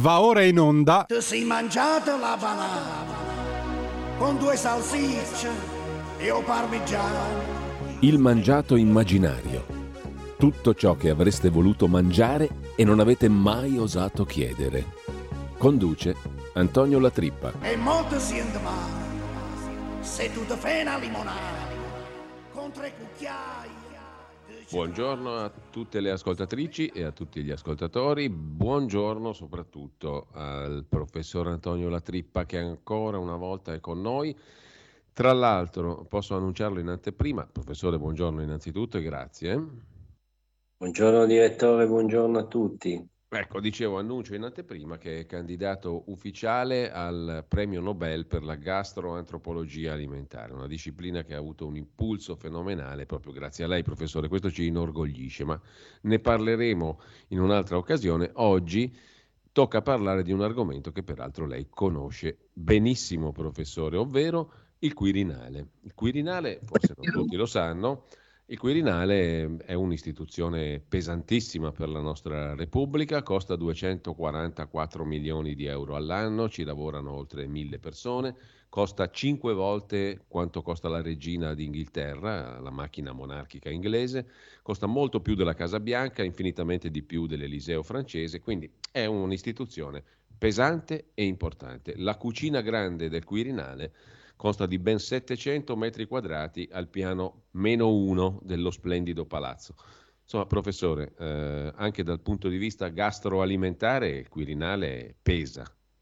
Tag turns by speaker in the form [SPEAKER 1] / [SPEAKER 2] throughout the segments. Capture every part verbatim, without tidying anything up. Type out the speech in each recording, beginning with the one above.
[SPEAKER 1] Va ora in onda.
[SPEAKER 2] Ti sei mangiata la banana con due salsicce e o parmigiano.
[SPEAKER 3] Il mangiato immaginario. Tutto ciò che avreste voluto mangiare e non avete mai osato chiedere. Conduce Antonio La Trippa.
[SPEAKER 2] E molto si male se tu ti fai una limonata con tre cucchiai.
[SPEAKER 4] Buongiorno a tutte le ascoltatrici e a tutti gli ascoltatori, buongiorno soprattutto al professor Antonio La Trippa che ancora una volta è con noi. Tra l'altro posso annunciarlo in anteprima, professore, buongiorno innanzitutto e grazie.
[SPEAKER 5] Buongiorno direttore, buongiorno a tutti.
[SPEAKER 4] Ecco, dicevo, annuncio in anteprima che è candidato ufficiale al premio Nobel per la gastroantropologia alimentare, una disciplina che ha avuto un impulso fenomenale proprio grazie a lei, professore. Questo ci inorgoglisce, ma ne parleremo in un'altra occasione. Oggi tocca parlare di un argomento che peraltro lei conosce benissimo, professore, ovvero il Quirinale. Il Quirinale, forse non tutti lo sanno, il Quirinale è un'istituzione pesantissima per la nostra Repubblica, costa duecentoquarantaquattro milioni di euro all'anno, ci lavorano oltre mille persone, costa cinque volte quanto costa la regina d'Inghilterra, la macchina monarchica inglese, costa molto più della Casa Bianca, infinitamente di più dell'Eliseo francese, quindi è un'istituzione pesante e importante. La cucina grande del Quirinale consta di ben settecento metri quadrati al piano meno uno dello splendido palazzo. Insomma, professore, eh, anche dal punto di vista gastroalimentare il Quirinale pesa.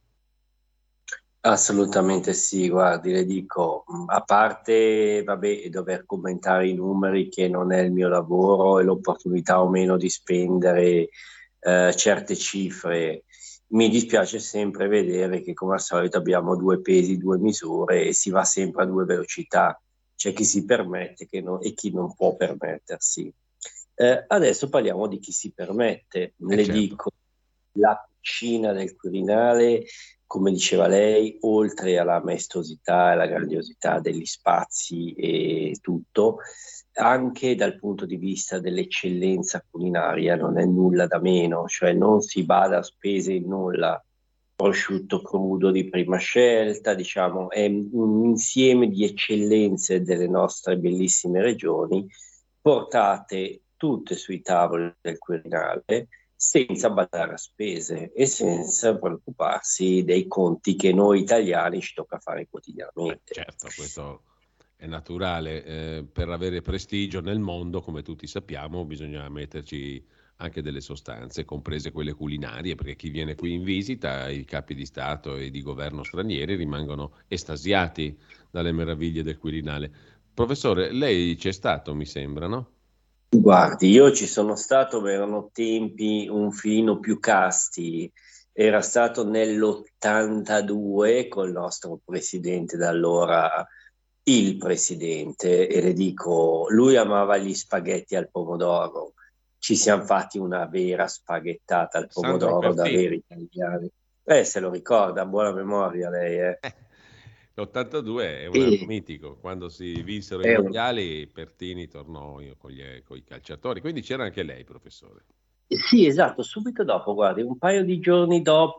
[SPEAKER 5] Assolutamente sì, guardi, le dico, a parte, vabbè, dover commentare i numeri che non è il mio lavoro e l'opportunità o meno di spendere eh, certe cifre, mi dispiace sempre vedere che come al solito abbiamo due pesi, due misure e si va sempre a due velocità. C'è chi si permette che no, e chi non può permettersi. Eh, adesso parliamo di chi si permette.
[SPEAKER 4] Eh
[SPEAKER 5] Le
[SPEAKER 4] certo.
[SPEAKER 5] dico, la cucina del Quirinale, come diceva lei, oltre alla maestosità e alla grandiosità degli spazi e tutto, anche dal punto di vista dell'eccellenza culinaria non è nulla da meno, cioè non si bada a spese in nulla. Prosciutto crudo di prima scelta, diciamo, è un insieme di eccellenze delle nostre bellissime regioni portate tutte sui tavoli del Quirinale senza badare a spese e senza preoccuparsi dei conti che noi italiani ci tocca fare quotidianamente.
[SPEAKER 4] Beh, certo, questo è naturale, eh, per avere prestigio nel mondo, come tutti sappiamo, bisogna metterci anche delle sostanze, comprese quelle culinarie, perché chi viene qui in visita, i capi di Stato e di governo stranieri, rimangono estasiati dalle meraviglie del Quirinale. Professore, lei c'è stato, mi sembra, no?
[SPEAKER 5] Guardi, io ci sono stato, ma erano tempi un filino più casti. Era stato nell'ottantadue col nostro presidente da allora, il presidente, e le dico, lui amava gli spaghetti al pomodoro. Ci siamo fatti una vera spaghettata al
[SPEAKER 4] Sandro
[SPEAKER 5] pomodoro da
[SPEAKER 4] Pertini.
[SPEAKER 5] veri italiani. Eh, se lo ricorda, buona memoria lei, eh.
[SPEAKER 4] L'ottantadue è un
[SPEAKER 5] E-
[SPEAKER 4] anno mitico, quando si vinsero i
[SPEAKER 5] è un-
[SPEAKER 4] mondiali Pertini tornò con, gli, con i calciatori, quindi c'era anche lei, professore.
[SPEAKER 5] Sì, esatto, subito dopo, guardi, un paio di giorni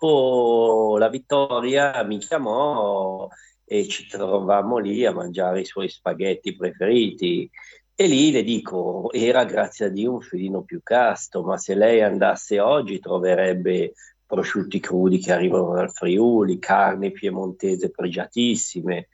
[SPEAKER 5] dopo la vittoria mi chiamò e ci trovammo lì a mangiare i suoi spaghetti preferiti. E lì le dico, era grazie a Dio un filino più casto, ma se lei andasse oggi troverebbe prosciutti crudi che arrivano dal Friuli, carni piemontese pregiatissime,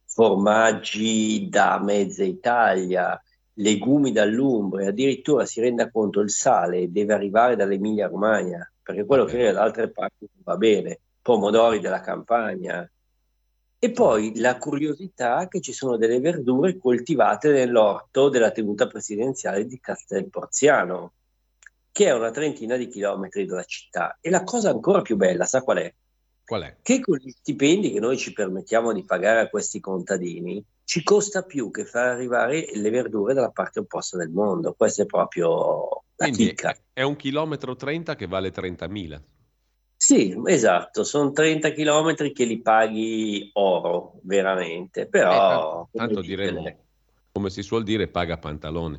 [SPEAKER 5] formaggi da mezza Italia, legumi dall'Umbria, addirittura si renda conto il sale deve arrivare dall'Emilia Romagna, perché quello che
[SPEAKER 4] Vabbè.
[SPEAKER 5] è da altre parti non va bene, pomodori della Campania. E poi la curiosità che ci sono delle verdure coltivate nell'orto della tenuta presidenziale di Castel Porziano, che è a una trentina di chilometri dalla città. E la cosa ancora più bella, sa qual è?
[SPEAKER 4] Qual è?
[SPEAKER 5] Che con gli stipendi che noi ci permettiamo di pagare a questi contadini ci costa più che far arrivare le verdure dalla parte opposta del mondo. Questa è proprio la
[SPEAKER 4] Quindi
[SPEAKER 5] chicca.
[SPEAKER 4] è, è un chilometro trenta che vale trentamila.
[SPEAKER 5] Sì, esatto, sono trenta chilometri che li paghi oro, veramente,
[SPEAKER 4] Eh,
[SPEAKER 5] però
[SPEAKER 4] tanto,
[SPEAKER 5] come
[SPEAKER 4] tanto
[SPEAKER 5] dice lei,
[SPEAKER 4] diremmo, come si suol dire, paga pantalone.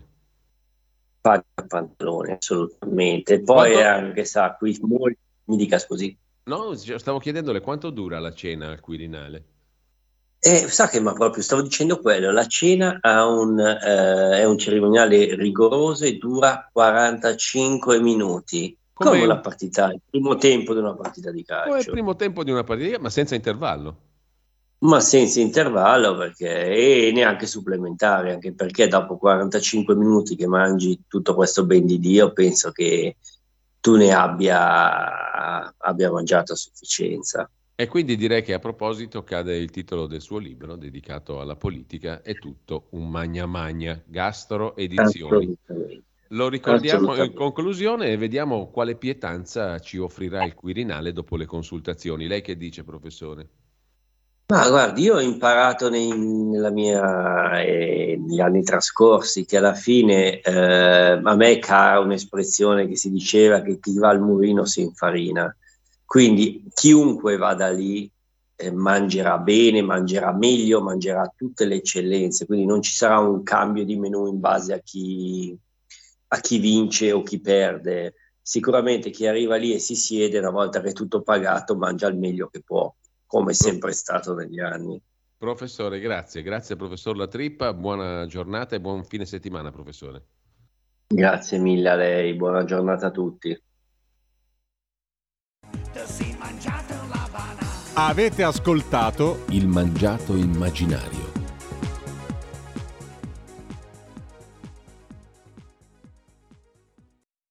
[SPEAKER 5] paga pantalone, assolutamente. Poi
[SPEAKER 4] Quanto,
[SPEAKER 5] anche, sa, qui molti, mi dica scusi.
[SPEAKER 4] No, stavo chiedendole quanto dura la cena al Quirinale.
[SPEAKER 5] Eh, sa che ma proprio stavo dicendo quello, la cena ha un, eh, è un cerimoniale rigoroso e dura quarantacinque minuti, come
[SPEAKER 4] Come,
[SPEAKER 5] una partita, il primo tempo di una partita di
[SPEAKER 4] come il
[SPEAKER 5] calcio,
[SPEAKER 4] primo tempo di una partita, ma senza intervallo.
[SPEAKER 5] ma senza intervallo perché, e neanche supplementare, anche perché dopo quarantacinque minuti che mangi tutto questo ben di Dio, penso che tu ne abbia, abbia mangiato a sufficienza.
[SPEAKER 4] E quindi direi che a proposito cade il titolo del suo libro dedicato alla politica, È tutto un magna magna, Gastro Edizioni.
[SPEAKER 5] Assolutamente.
[SPEAKER 4] Lo ricordiamo in
[SPEAKER 5] Assolutamente.
[SPEAKER 4] conclusione e vediamo quale pietanza ci offrirà il Quirinale dopo le consultazioni. Lei che dice, professore?
[SPEAKER 5] Ma guardi, io ho imparato nei, nella mia, eh, negli anni trascorsi che alla fine eh, a me è cara un'espressione che si diceva che chi va al mulino si infarina. Quindi chiunque vada lì eh, mangerà bene, mangerà meglio, mangerà tutte le eccellenze, quindi non ci sarà un cambio di menù in base a chi, a chi vince o chi perde. Sicuramente chi arriva lì e si siede, una volta che è tutto pagato, mangia il meglio che può, come è
[SPEAKER 4] Pro-
[SPEAKER 5] sempre stato negli anni.
[SPEAKER 4] professore, grazie. Grazie, professor La Trippa. Buona giornata e buon fine settimana, professore.
[SPEAKER 5] Grazie mille a lei, buona giornata a tutti.
[SPEAKER 2] Si mangiate la banana.
[SPEAKER 1] Avete ascoltato
[SPEAKER 3] Il mangiato immaginario.